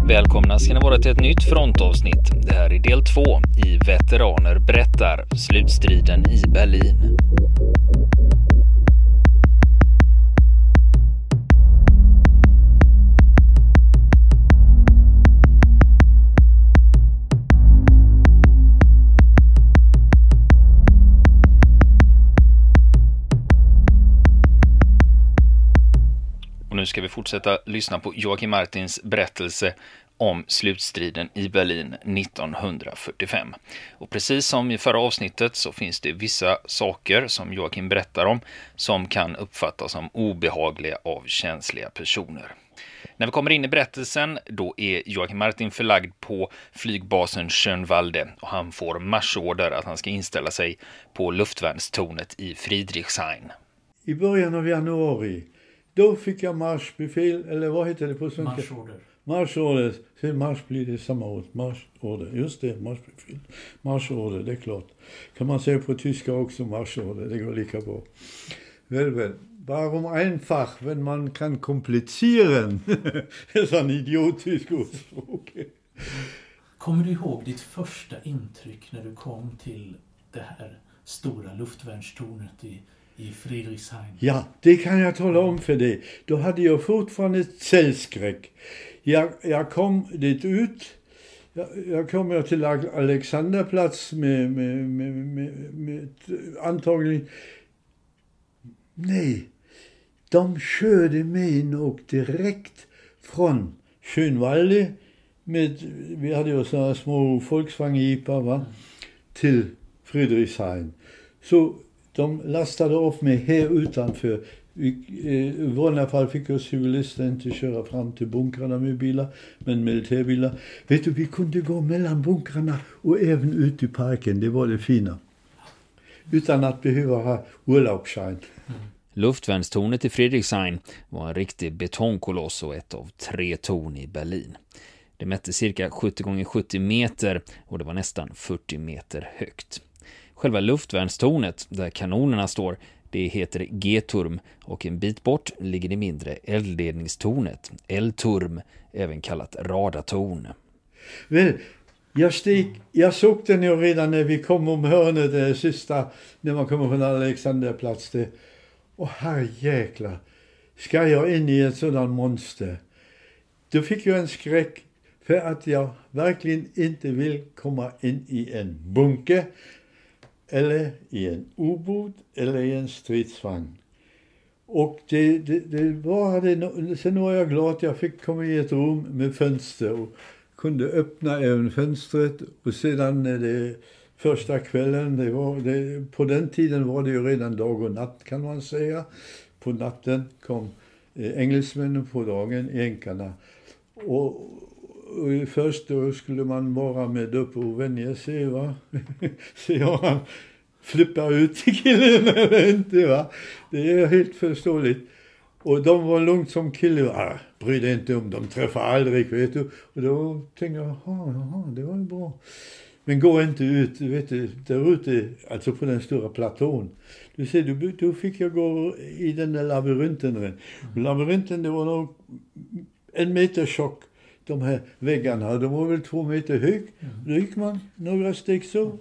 Välkomna ska ni vara till ett nytt frontavsnitt. Det här är del 2 i Veteraner berättar, slutstriden i Berlin. Och nu ska vi fortsätta lyssna på Joakim Martins berättelse om slutstriden i Berlin 1945. Och precis som i förra avsnittet så finns det vissa saker som Joakim berättar om som kan uppfattas som obehagliga av känsliga personer. När vi kommer in i berättelsen då är Joakim Martin förlagd på flygbasen Schönwalde och han får marschorder att han ska inställa sig på luftvärnstornet i Friedrichshain. I början av januari då fick jag marschbefäl, eller vad heter det på svenska? Marschorder. Marschorder. Sen marsch blir det samma ord. Marschorder. Just det, marschbefäl. Marschorder, det är klart. Kan man säga på tyska också marschorder, det går lika bra. Väl. Warum einfach, wenn man kan komplizieren? Det är så en idiotisk ordspråk. Kommer du ihåg ditt första intryck när du kom till det här stora luftvärnstornet i Friedrichshain? Ja, det kan jag tala om för dig. Då hade jag fortfarande cellskräck. Jag kom dit ut. Jag kom till Alexanderplatz med antagligen... Nej, de körde mig nog direkt från Schönwalde vi hade ju sådana små Volkswagen-jeepar, va? Till Friedrichshain. Så de lastade upp mig här utanför. I vanliga fall fick oss civilister inte köra fram till bunkrarna med bilar, men militärbilar. Vet du, vi kunde gå mellan bunkrarna och även ut i parken, det var det fina. Utan att behöva ha urlaubsschein. Luftvärnstornet i Friedrichshain var en riktig betongkoloss och ett av 3 torn i Berlin. Det mätte cirka 70 x 70 meter och det var nästan 40 meter högt. Själva luftvärnstornet, där kanonerna står, det heter G-turm och en bit bort ligger det mindre eldledningstornet, L-turm, även kallat radartorn. Väl, jag såg den ju redan när vi kom om hörnet, det sista, när man kommer från Alexanderplatz. Herrejäklar, ska jag in i ett sådant monster? Då fick jag en skräck för att jag verkligen inte vill komma in i en bunker eller i en ubåt eller i en stridsvagn. Och det var det. Sen var jag glad att jag fick komma i ett rum med fönster och kunde öppna även fönstret. Och sedan det första kvällen, på den tiden var det ju redan dag och natt kan man säga. På natten kom engelsmännen, på dagen änkarna. Och först då skulle man vara med upp och vänja sig, va? Se om han flippar ut till killen eller inte, va? Det är helt förståeligt. Och de var lugnt som killar. Bry dig inte om, de träffar aldrig, vet du. Och då tänkte jag, jaha, det var ju bra. Men gå inte ut, vet du, där ute, alltså på den stora platån. Du ser, då fick jag gå i den där labyrinten. Labyrinten, det var nog 1 meter tjock. De här väggarna, de var väl 2 meter hög. Då gick man några steg så.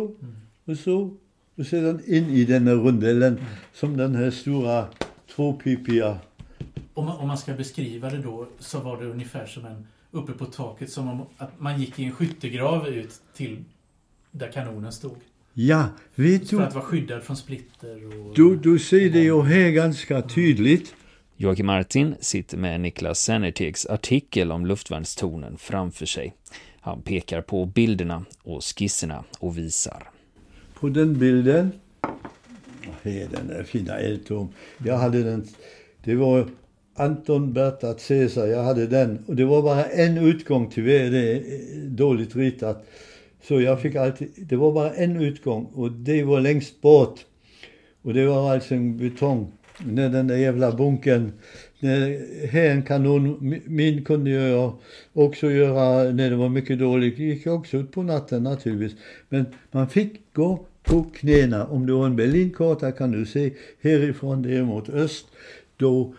Och sedan in i den här rundelen som den här stora 2-pipiga. Om man ska beskriva det då så var det ungefär som uppe på taket som om att man gick i en skyttegrav ut till där kanonen stod. Ja, vet du. För att vara skyddad från splitter. Du ser det ju här ganska tydligt. Joakim Martin sitter med Niklas Sennertegs artikel om luftvärnstornen framför sig. Han pekar på bilderna och skisserna och visar. På den bilden, här den där fina eldtorn. Jag hade den, det var Anton Berta Caesar, jag hade den. Och det var bara en utgång, tyvärr, det är dåligt ritat. Så jag fick alltid, det var bara en utgång och det var längst bort. Och det var alltså en betong. När den där jävla bunken, här en kanon, min kunde jag också göra när det var mycket dåligt. Det gick också ut på natten naturligtvis. Men man fick gå på knäna. Om du har en Berlinkarta kan du se härifrån det mot öst. Då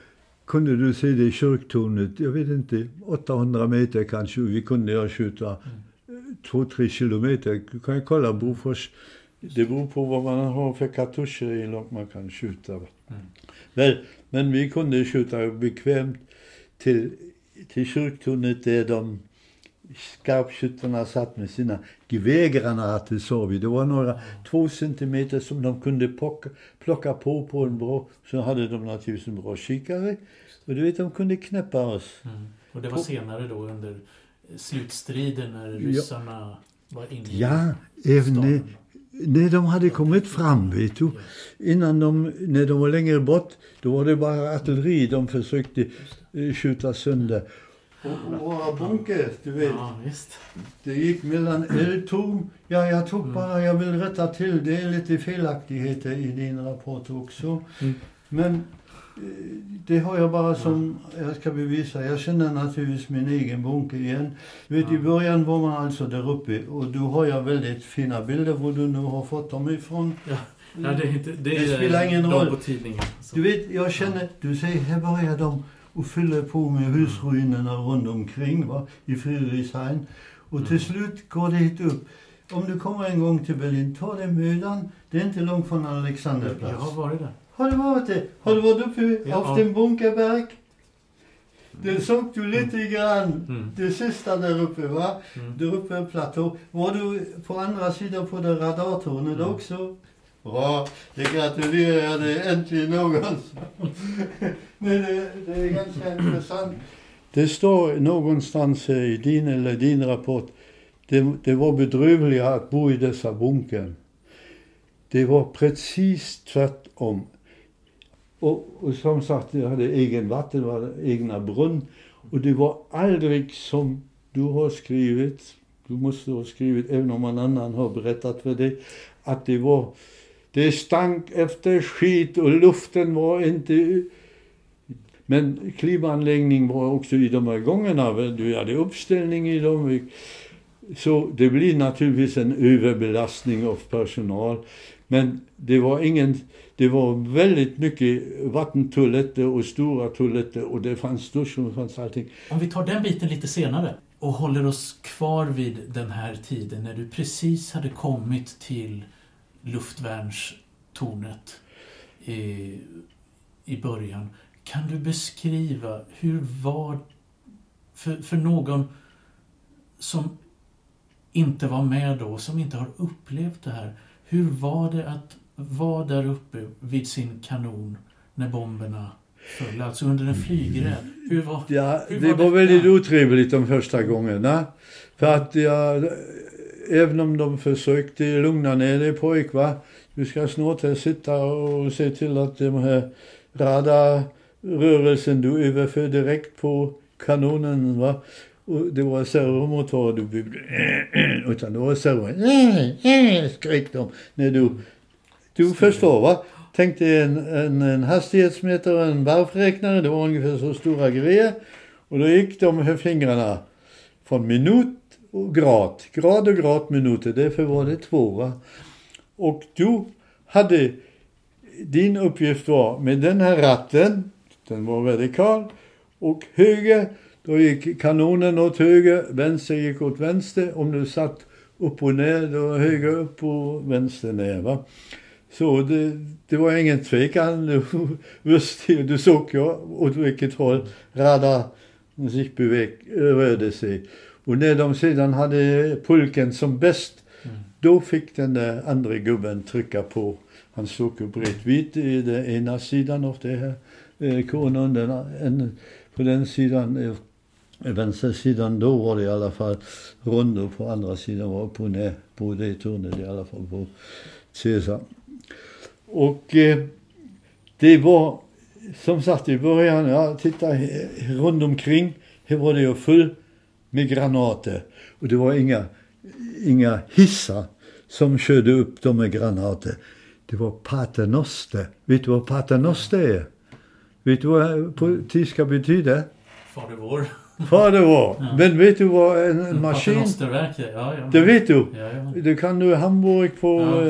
kunde du se det i kyrktornet, jag vet inte, 800 meter kanske, vi kunde skjuta 2-3 kilometer. Du kan ju kolla Bofors, det beror på vad man har för kartuscher i hur långt man kan skjuta. Väl, men vi kunde skjuta bekvämt till kyrktornet där de skarpskyttarna satt med sina gevärgranater, sa vi. Det var några 2 centimeter som de kunde plocka på en bra, så hade de naturligtvis en bra kikare. Och du vet, de kunde knäppa oss. Och det var senare då under slutstriden när ryssarna var inne i även när de hade kommit fram, vet du. Innan när de var längre bort, då var det bara artilleri de försökte skjuta sönder. Och våra bunker, du vet, det gick mellan eldtorn. Jag vill rätta till, det är lite felaktigheter i din rapport också. Men det har jag bara som jag ska bevisa. Jag känner naturligtvis min egen bunker igen. Du vet, i början var man alltså där uppe, och då har jag väldigt fina bilder var du nu har fått dem ifrån. Det spelar ingen roll. På tidningen. Du vet, jag känner, du säger, här börjar de och fyller på med husruinerna runt omkring, i Friedrichshain. Och till slut går det hit upp. Om du kommer en gång till Berlin, ta det mödan. Det är inte långt från Alexanderplatz. Jag har varit där. Har du varit det? Har du varit uppe av den Bunkerberg? Det såg du lite grann. Det sista där uppe, va? Där uppe är platå. Var du på andra sidan på det radartornet också? Bra, det gratulerar jag dig äntligen någonstans. Men det är ganska intressant. Det står någonstans i din rapport, det var bedrövligt att bo i dessa bunkern. Det var precis tvärtom. Och som sagt, jag hade egen vatten, var egna brunn. Och det var aldrig som du har skrivit, du måste ha skrivit, även om någon annan har berättat för dig, att det stank efter skit och luften var inte... Men klimaanläggning var också i de här gångerna, du hade uppställning i dem. Så det blir naturligtvis en överbelastning av personal. Men det var väldigt mycket vattentoaletter och stora toaletter, och det fanns duschar och det fanns allting. Om vi tar den biten lite senare och håller oss kvar vid den här tiden när du precis hade kommit till luftvärnstornet i början. Kan du beskriva hur var för någon som inte var med då, som inte har upplevt det här, hur var det att vara där uppe vid sin kanon när bomberna föll, alltså under en flygräd? Det var väldigt otrevligt de första gångerna, för att även om de försökte lugna ner dig pojk, va? Du ska snart här sitta och se till att de här radarrörelsen du överför direkt på kanonen, va? Och det var servomotor du byggde, utan det var servo, skrek de när du förstår, va? Tänk dig en hastighetsmätare, en varvräknare, det var ungefär så stora grejer, och då gick de här fingrarna från minut och grad och grad minuter, därför var det 2, va? Och du hade, din uppgift var med den här ratten, den var vertikal, och höger, då gick kanonen åt höger, vänster gick åt vänster. Om du satt upp och ner, då höger upp och vänster ner, va? Så det var ingen tvekan. Du såg åt vilket håll radar sig rörde sig. Och när de sedan hade pulken som bäst, då fick den där andra gubben trycka på. Han såg upp rätt vitt i den ena sidan av det här konen. På den sidan, vänster sidan, då var det i alla fall rund, och på andra sidan var på det tornet i alla fall på Caesar. Och det var, som sagt i början, titta runt omkring, här var det ju full med granater. Och det var inga hissar som körde upp de med granater. Det var paternoster. Vet du vad paternoster är? Vet du vad på tyska betyder? Fader vår. Fader vår. Ja. Men vet du vad en maskin... Paternosterverket, ja. Det vet du. Ja. Du kan du i Hamburg på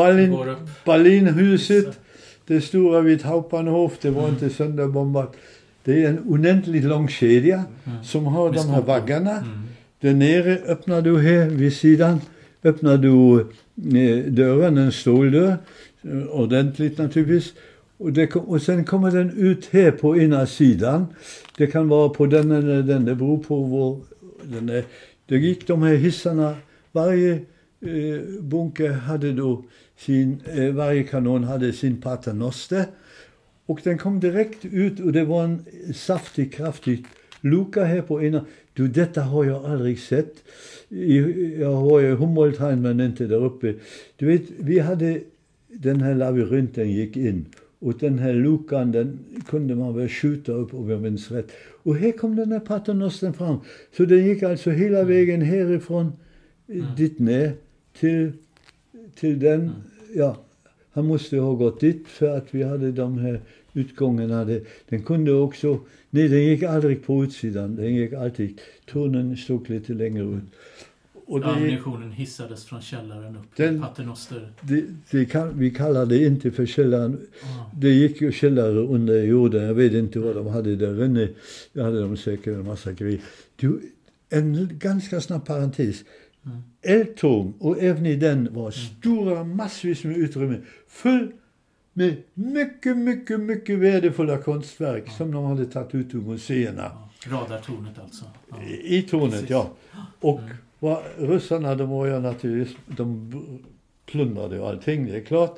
Berlinhuset. Det stora vid Hauptbahnhof. Det var inte sönderbombat. Det är en oändligt lång kedja som har de här vaggarna. Där nere öppnar du här vid sidan. Öppnar du dörren, en ståldörr. Ordentligt naturligtvis. Och sen kommer den ut här på ena sidan. Det kan vara på den eller den. Det beror på var den är. Det gick de här hissarna. Varje bunker hade då varje kanon hade sin paternoster. Och den kom direkt ut och det var en saftig, kraftig luka här på ena. Du, detta har jag aldrig sett. Jag har ju Humboldthain men inte där uppe. Du vet, vi hade den här labyrinten gick in. Och den här lukan, den kunde man väl skjuta upp om jag minns rätt. Och här kom den här paternostern fram. Så den gick alltså hela vägen härifrån dit ner till den. Ja, han måste ha gått dit för att vi hade de här utgångarna. Den kunde också, nej den gick aldrig på utsidan. Den gick alltid, tornen stod lite längre ut. Och ammunitionen hissades från källaren upp till paternoster. Vi kallar det inte för källaren. Det gick ju källare under jorden. Jag vet inte vad de hade där inne. Det hade de säkert en massa grejer. En ganska snabb parentes. Eldtorn och även i den var stora massvis med utrymme. Full med mycket värdefulla konstverk som de hade tagit ut ur museerna. Radartornet alltså. I tornet, ja. Och ryssarna, de var ju naturligtvis, de plundrade ju allting, det är klart.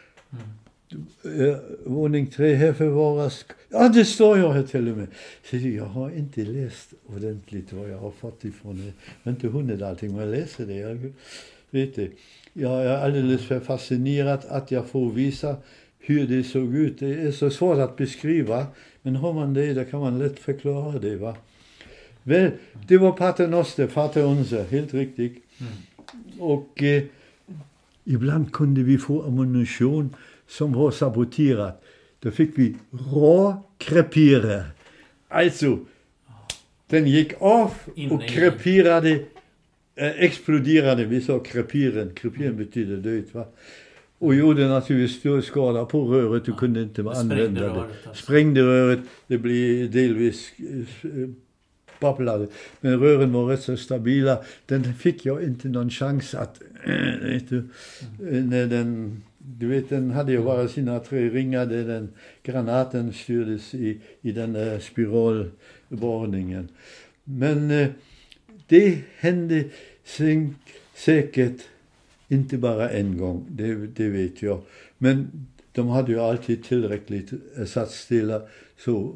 Våning 3 här förvaras. Ja, det står jag här till och med. Så jag har inte läst ordentligt vad jag har fått ifrån det. Jag har inte hunnit allting, men jag läser det. Jag vet det. Jag är alldeles för fascinerad att jag får visa hur det såg ut. Det är så svårt att beskriva, men har man det, då kan man lätt förklara det, va? Väl, det var paternoster, Vater unser, helt riktigt. Och ibland kunde vi få ammunition som var saboterad. Då fick vi råkrepierer. Alltså, den gick av och krepierade, exploderade. Vi sa krepieren. Krepieren betyder död, va? Och gjorde naturligtvis stor skada på röret. Du kunde inte använda det. Sprängde röret. Det blev delvis babblade. Men rören var rätt så stabila. Den fick jag inte någon chans att... när du vet, den hade ju bara sina 3 ringar där den granaten styrdes i den där spiralborrningen. Men det hände säkert inte bara en gång, det vet jag. Men de hade ju alltid tillräckligt satsstilla så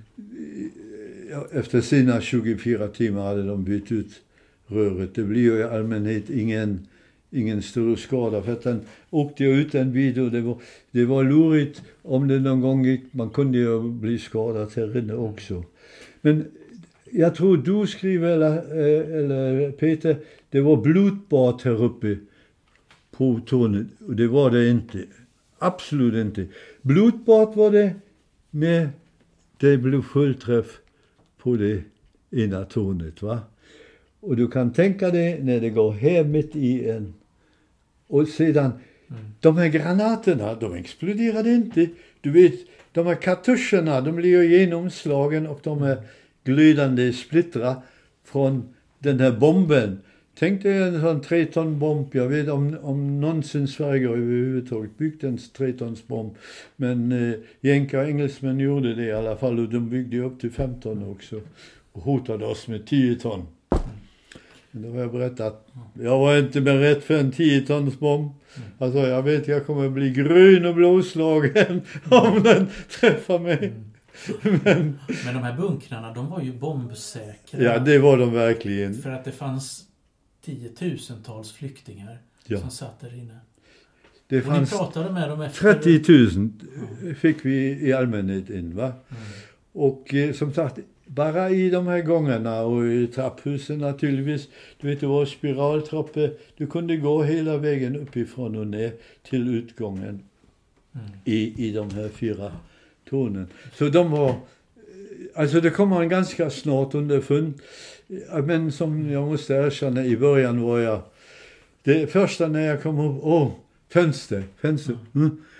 efter sina 24 timmar hade de bytt ut röret. Det blir ju i allmänhet ingen stor skada för att den åkte ut en bit och det var lurigt om det någon gång gick. Man kunde ju bli skadad här inne också. Men jag tror du skriver eller Peter, det var blodbad här uppe på tornet och det var det inte. Absolut inte. Blodbad var det, men det blev fullträff på det ena tornet, va? Och du kan tänka dig när det går här mitt i en... Och sedan, de här granaterna, de exploderade inte. Du vet, de här kartuscherna, de blir ju genomslagen och de är glödande splittra från den här bomben. Tänk dig en sån 3-ton bomb. Jag vet om någonsin Sverige överhuvudtaget byggt en 3-tons bomb. Men jänkar och engelsmän gjorde det i alla fall och de byggde upp till 15 också. Och hotade oss med 10 ton. Men då har jag berättat. Jag var inte beredd för en 10-tons bomb. Alltså jag vet jag kommer bli grön och blåslagen om den träffar mig. Men de här bunkrarna, de var ju bombsäkra. Ja, det var de verkligen. För att det fanns 10-tusentals flyktingar som satt där inne. Det och fanns ni pratade med dem efter... 30 000 fick vi i allmänhet in, va? Och som sagt, bara i de här gångerna och i trapphusen naturligtvis. Du vet, det var spiraltrappor. Du kunde gå hela vägen uppifrån och ner till utgången i de här 4 tornen. Så de var... Alltså det kommer man ganska snart underfund. Men som jag måste erkänna, i början var jag... Det första när jag kom upp... fönster.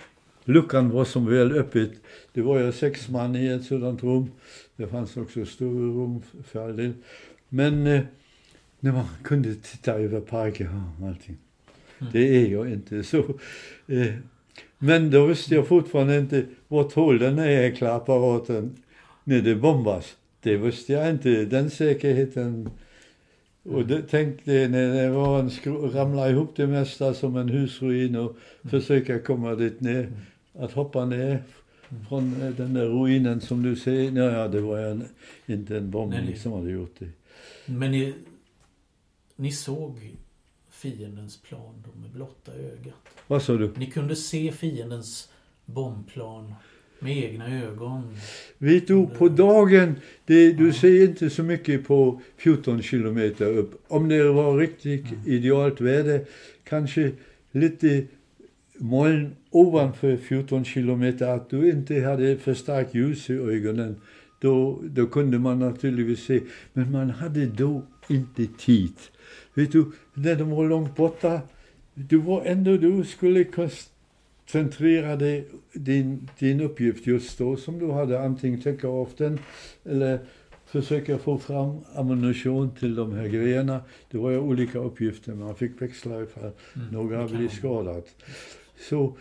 luckan var som väl öppet. Det var ju 6 man i ett sådant rum. Det fanns också större rum för all del. Men när man kunde titta över parken och allting. Det är ju inte så. Men då visste jag fortfarande inte vart håller den här apparaten när det bombas. Det visste jag inte. Den säkerheten. Och det tänkte när det var ramla ihop det mesta som en husruin och försöka komma dit ner. Att hoppa ner från den där ruinen som du ser. Nej, det var inte en bombning som hade gjort det. Men ni såg fiendens plan då med blotta ögat. Vad sa du? Ni kunde se fiendens bombplan med egna ögon. Vet du, på dagen, du ser inte så mycket på 14 kilometer upp. Om det var riktigt idealt väder, kanske lite moln ovanför 14 kilometer, att du inte hade för starkt ljus i ögonen. Då kunde man naturligtvis se, men man hade då inte tid. Vet du, när de var långt borta, du skulle koncentrera dig din uppgift just då, som du hade antingen täcka av den eller försöka få fram ammunition till de här grejerna. Det var ju olika uppgifter, man fick växla ifall några blev skadat. Så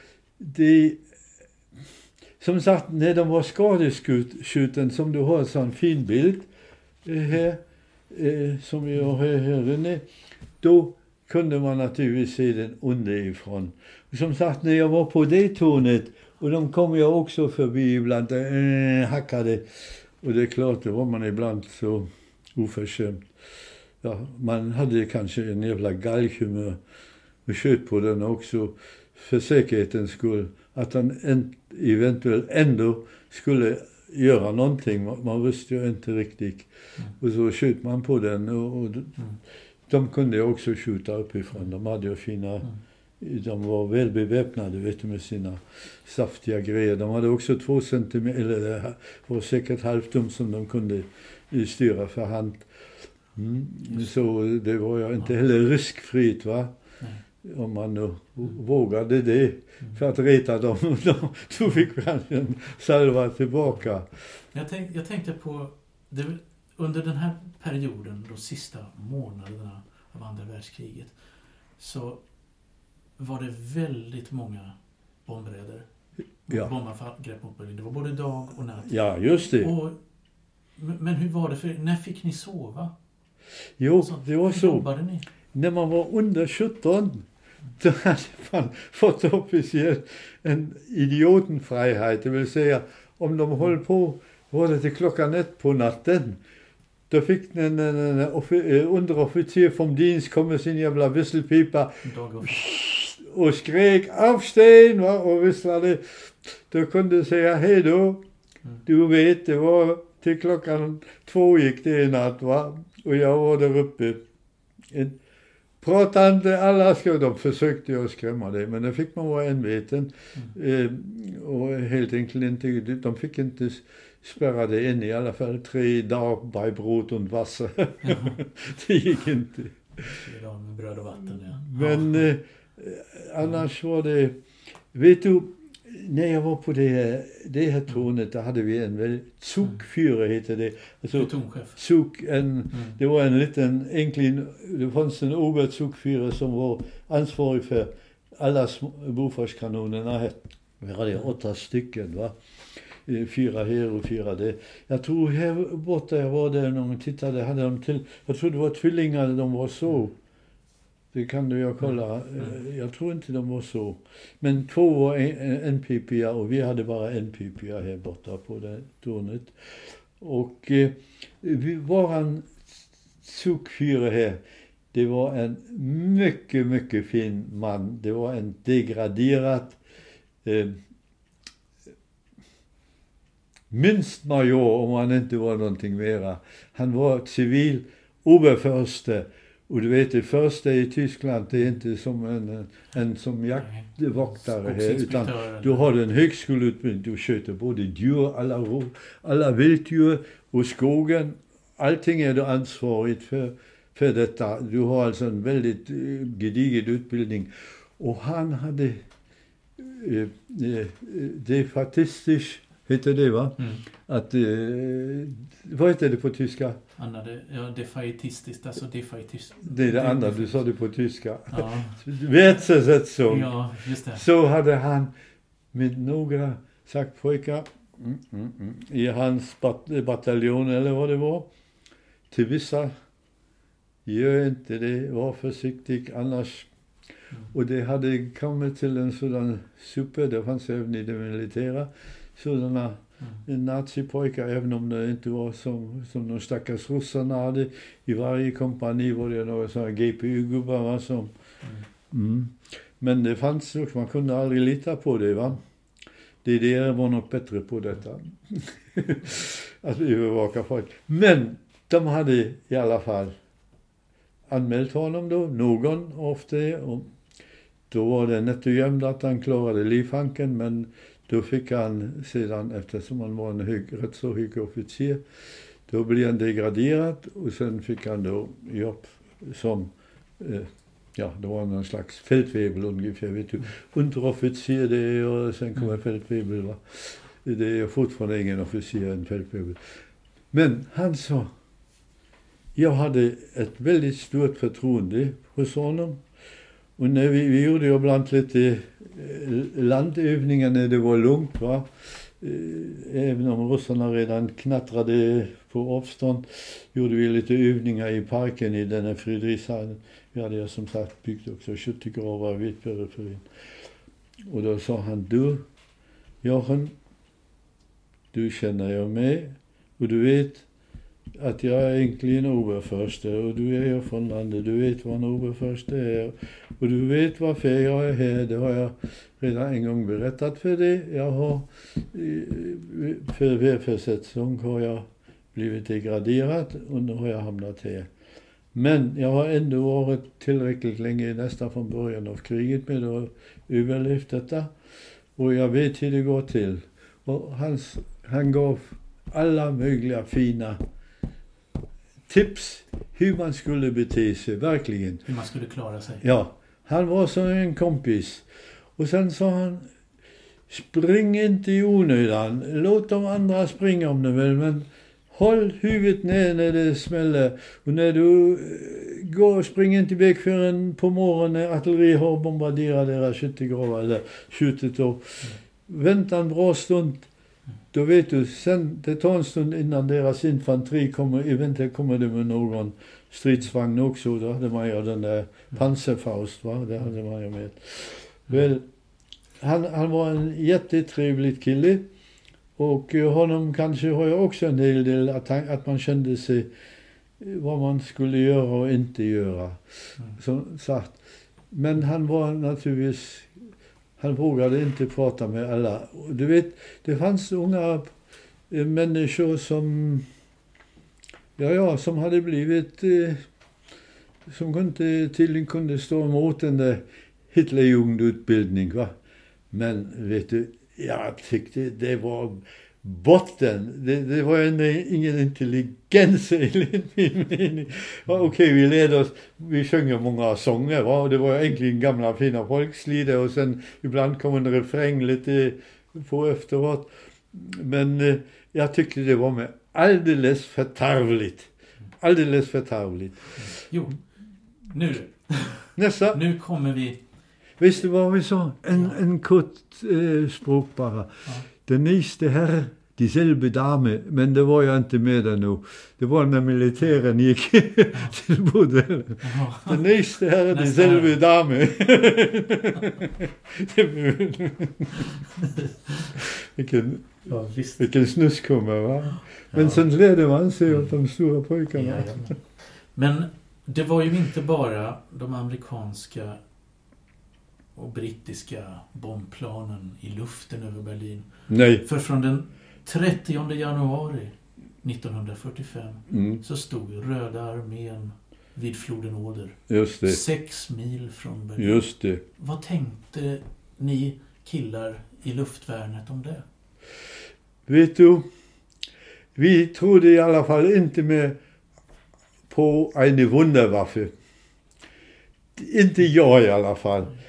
som sagt, när de var skadeskjuten, som du har en sån fin bild här, som jag har här inne, då kunde man naturligtvis se den underifrån. Och som sagt, när jag var på det tornet, och de kom jag också förbi ibland, hackade. Och det är klart, det var man ibland så oförskämt. Ja, man hade kanske en jävla galghumör och sköt på den också för säkerhetens skull. Att han eventuellt ändå skulle göra någonting. Man visste ju inte riktigt. Och så sköt man på den. Och de kunde också skjuta uppifrån. De hade ju fina... De var väl beväpnade, vet du, med sina saftiga grejer. De hade också 2 centimeter, eller det var säkert halvtum som de kunde styra för hand. Så det var ju inte heller riskfritt, va? Om man nu vågade det för att reta dem. Då fick man en salva tillbaka. Jag tänkte på, under den här perioden, de sista månaderna av andra världskriget, så var det väldigt många bombräder. Bombangrepp mot Berlin. Det var både dag och natt. Ja, just det. Men hur var det för när fick ni sova? Jo, det var så. Jobbade ni? När man var under 17, då hade man fått officiellt en idiotenfrihet. Det vill säga, om de höll på, var det till 1:00 på natten, då fick en underofficer från dienst kom med sin jävla visselpipa och skrek avsten, va, och visslade. Då kunde du säga hej då. Du vet, det var till 2:00 gick det i natt, va. Och jag var där uppe. Pratande alla de försökte jag skrämma dig, men det fick man vara enveten. Och helt enkelt inte, de fick inte spärra dig in i alla fall 3 dagar bei Brot und Wasser. Det gick inte. 3 dagar med bröd och vatten, ja. Men annars var det, vet du, när jag var på det här tornet, där hade vi en väldigt Zugführer heter det. Alltså, det var en liten enklin, det fanns en Oberzugführer som var ansvarig för alla Boforskanonerna här. Vi hade 8 stycken, va. 4 här och 4 där. Jag tror här borta, jag var där någon tittade, hade de jag tror det var tvillingar, de var så. Det kan du ju kolla. Jag tror inte de var så. Men 2 var NPP:ar och vi hade bara NPP:ar här borta på det tornet. Och vi var en Zugführer här. Det var en mycket, mycket fin man. Det var en degraderat minst major, om han inte var någonting mera. Han var civil oberförste. Och du vet, det första i Tyskland, det är inte som en som jaktvaktare här, utan du har en högskoleutbildning, du sköter både djur, alla vilddjur och skogen. Allting är du ansvarigt för detta. Du har alltså en väldigt gedigen utbildning. Och han hade defaitistisk heter det, va? Att, vad heter det på tyska? Defaitistiskt, alltså defaitiskt. Det är det andra, du sa det på tyska. Ja. Världssäsong. Ja, just det. Så hade han med några pojkar i hans bataljon eller vad det var. Till vissa, gör inte det, var försiktig annars. Och det hade kommit till en sådan super, det fanns även i det militära, sådana nazipojkar, även om det inte var som de stackars russarna hade. I varje kompani var det några sådana GPU-gubbar, va, som... Men det fanns också, man kunde aldrig lita på det, va. DDR var nog bättre på detta. Att övervaka folk. Men de hade i alla fall anmält honom då, någon ofta, och då var det nättegömd att han klarade livhanken, men då fick han sedan, eftersom han var en rätt så hög officer, då blev han degraderad och sen fick han då jobb som, det var någon slags fältwebel ungefär, vet du. Unterofficer det är, och sen kommer fältwebel, va. Det är fortfarande ingen officer, en fältwebel. Men han sa, jag hade ett väldigt stort förtroende hos honom. Och när vi gjorde ju ibland lite landövningar när det var lugnt, va. Även om russarna redan knattrade på avstånd, gjorde vi lite övningar i parken i denna Friedrichshain. Vi hade ju som sagt byggt också skyttegravar vid periferin. Och då sa han, du Jochen, du känner jag med och du vet att jag är egentligen oberförste och du är ju från landet, du vet vad en oberförste är och du vet varför jag är här, det har jag redan en gång berättat för dig. Jag har för välfärdssäsong har jag blivit degraderad och nu har jag hamnat här. Men jag har ändå varit tillräckligt länge, nästan från början av kriget, med att överlevt detta och jag vet hur det går till. Och han gav alla möjliga fina tips hur man skulle bete sig, verkligen. Hur man skulle klara sig. Ja, han var som en kompis. Och sen sa han, spring inte i onödan. Låt de andra springa om de vill, men håll huvudet ner när det smäller. Och när du går, spring inte iväg förrän på morgonen när artilleri har bombarderat deras skyttegravar eller skjutit upp. Vänta en bra stund. Då vet du, sen det tar en stund innan deras infanteri kommer, eventuellt kommer det med någon stridsvagn också. Då hade man ju den där Panzerfaust, va? Det hade man ju med. Väl, han var en jättetrevlig kille. Och honom kanske har jag också en hel del att man kände sig vad man skulle göra och inte göra. Som sagt. Men han var naturligtvis, han vågade inte prata med alla. Du vet, det fanns unga människor som som hade blivit som tydligen kunde stå emot den där Hitlerjugendutbildning, va. Men vet du, jag tyckte det var botten. Det var ingen intelligens enligt min mening. Okej, vi lärde oss, vi sjöng många sånger, va? Och det var egentligen gamla fina folkslide och sen ibland kom en refräng lite på efteråt. Men jag tyckte det var med alldeles för tarvligt. Alldeles för tarvligt. Jo, nu. Nästa. Nu kommer vi. Visst du vad vi sa? En kort språk bara. Ja. Den nästa herre, dieselbe dame, men det var jag inte med där nu. Det var när militären gick till bordellen. Den nästa herre, dieselbe dame. Vilken snuskomma, va? Men sen lärde man sig åt de stora pojkarna. Ja. Men det var ju inte bara de amerikanska och brittiska bombplanen i luften över Berlin. Nej. För från den 30 januari 1945 så stod Röda armén vid floden Oder. Just det. 6 mil från Berlin. Just det. Vad tänkte ni killar i luftvärnet om det? Vet du, vi trodde i alla fall inte mer på en Wunderwaffe. Inte jag i alla fall.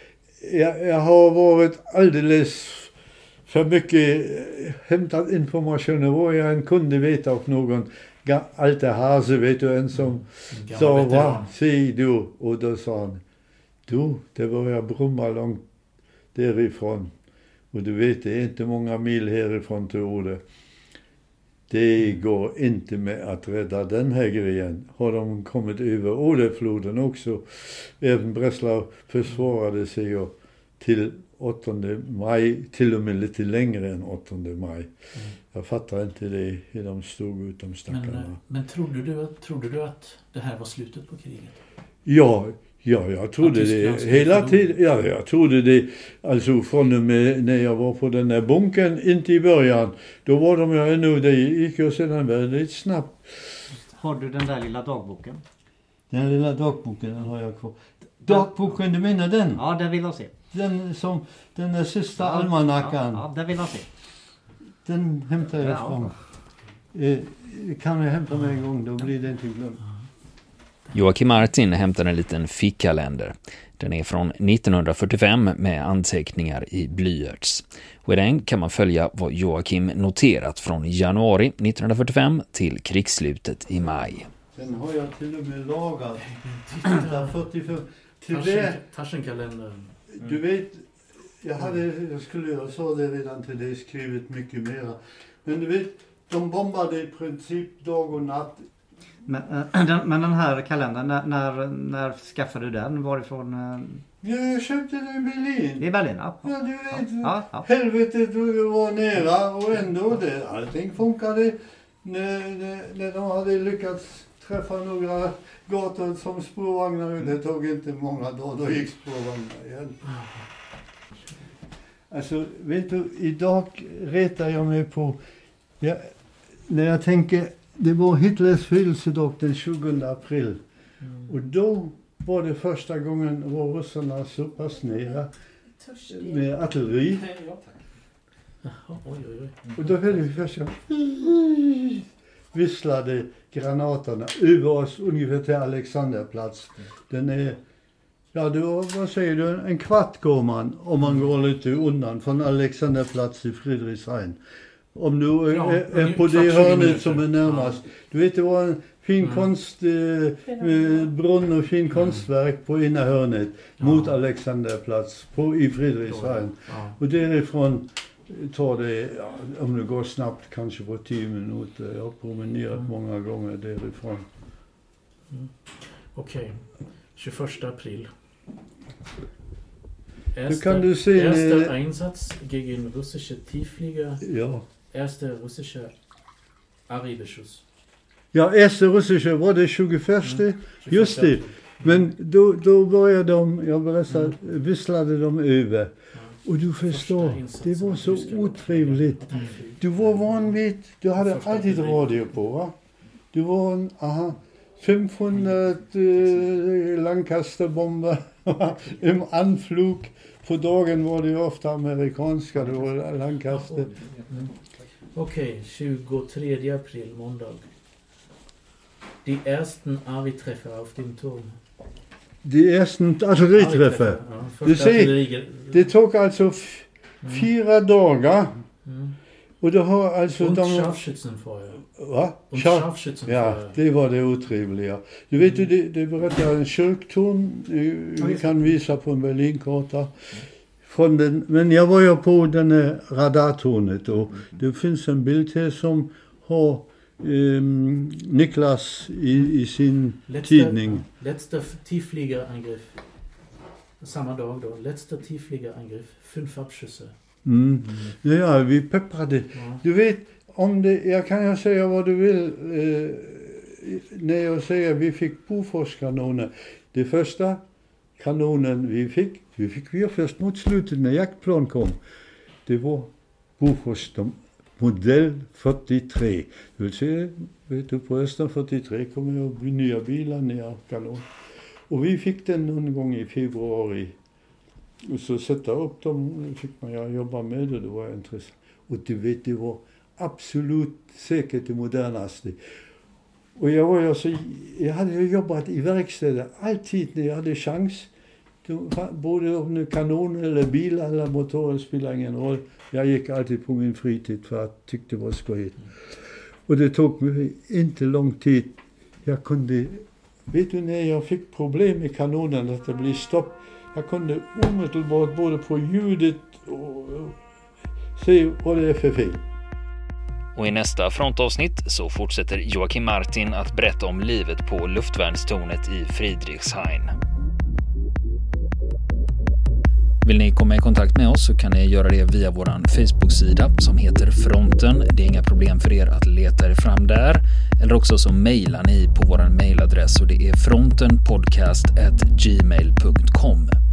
jag har varit alldeles för mycket hämtat information. Det var jag en kunde veta av någon alte hase, vet du, en som sa, vad säger du? Och då sa han, du, det var jag brumma långt därifrån. Och du vet, det är inte många mil härifrån till Ode. Det går inte med att rädda den här grejen. Har de kommit över Odefloden också. Även Breslau försvarade sig till 8 maj, till och med lite längre än 8 maj. Jag fattar inte det, hur de stod utom stackarna. Men trodde du att det här var slutet på kriget? Ja, jag trodde det hela tiden. Ja, jag trodde det. Alltså från och med när jag var på den där bunken, inte i början. Då var de ju ännu, det gick ju sedan väldigt snabbt. Har du den där lilla dagboken? Den lilla dagboken, den har jag kvar. Dagboken, du menar den? Ja, den vill jag se. Den där sista almanackan. Ja, den vill jag se. Den hämtar jag fram. Kan jag hämta mig en gång, då blir det inte glömt. Joakim Martin hämtar en liten fickkalender. Den är från 1945 med anteckningar i blyerts. Och i den kan man följa vad Joakim noterat från januari 1945 till krigsslutet i maj. Sen har jag till och med lagat 45. Taschenkalendern. Du vet, jag sa det redan till dig, skrivit mycket mera. Men du vet, de bombade i princip dag och natt. Men den här kalendern, när skaffade du den? Varifrån? Jag köpte den i Berlin. I Berlin, ja. Ja, du vet, Ja. helvetet var nära och ändå allting funkade. När de hade lyckats träffa några gator som spårvagnar, det tog inte många dagar, då gick spårvagnar igen. Alltså, vet du, idag retar jag mig på, när jag tänker, det var Hitlers födelsedag den 20 april. Och då var det första gången var ryssarna så pass nära med artilleri. Och då hade vi först visslade granaterna över oss ungefär till Alexanderplats. Den är, vad säger du, en kvart går man om man går lite undan från Alexanderplats i Friedrichshain. Om du är på det hörnet som är närmast. Du vet, det var en fin brunn och fin konstverk på ena hörnet mot Alexanderplats i Friedrichshain. Och därifrån tar det, om det går snabbt, kanske på 10 minuter. Jag har promenerat många gånger därifrån. Okej. 21 april. Nu kan du se... Erster Einsatz gegen russische Tiefflieger. Ja. Erster russische Aribeschuss. Ja, erste russische var det 21. Just det. Men då började visslade de över. Och du förstår, det var så otrevligt. Du var vanligt, du hade alltid radio på, va? Du var 500 Lancasterbomber im Anflug. På dagen var det ofta amerikanska, det var Lancaster. Okej, 23 april, måndag. Die ersten Artilleritreffer auf dem Turm. Die ersten Artilleritreffer. Du ser, det tog alltså 4 dagar. Och det har alltså und Scharfschützenfeuer. Va? Und Scharfschützenfeuer. Ja, det var det otrevliga. Du vet, det berättar en kyrktorn. Vi kan visa på en Berlinkarta. Men jag var ju på den här radartornet och det finns en bild här som har Niklas i sin tidning. Letzter Tieffliegerangriff. Samma dag då. Letzter Tieffliegerangriff. 5 Abschüsse. Ja, vi pepprade. Ja. Du vet, jag kan säga vad du vill när jag säger vi fick Boforskanoner. Det första kanonen vi fick först mot slutet när jaktplan kom. Det var Bofors modell 43. Du vill se, vet du, på hösten 43 kommer det att bli nya bilar, nya kanon. Och vi fick den någon gång i februari. Och så sätta upp dem fick man jobba med det var intressant. Och du vet, det var absolut säkert det modernaste. Och jag hade ju jobbat i verkstäder alltid när jag hade chans. Både om det kanoner eller bilar eller motorer spelar ingen roll. Jag gick alltid på min fritid för att tyckte det var skojigt. Och det tog mig inte lång tid. Jag kunde, vet du när jag fick problem med kanonen att det blev stopp. Jag kunde omedelbart både på ljudet och se vad det är för fel. Och i nästa frontavsnitt så fortsätter Joakim Martin att berätta om livet på luftvärnstornet i Friedrichshain. Vill ni komma i kontakt med oss så kan ni göra det via vår Facebook-sida som heter Fronten. Det är inga problem för er att leta er fram där. Eller också så mejlar ni på vår mejladress och det är frontenpodcast@gmail.com.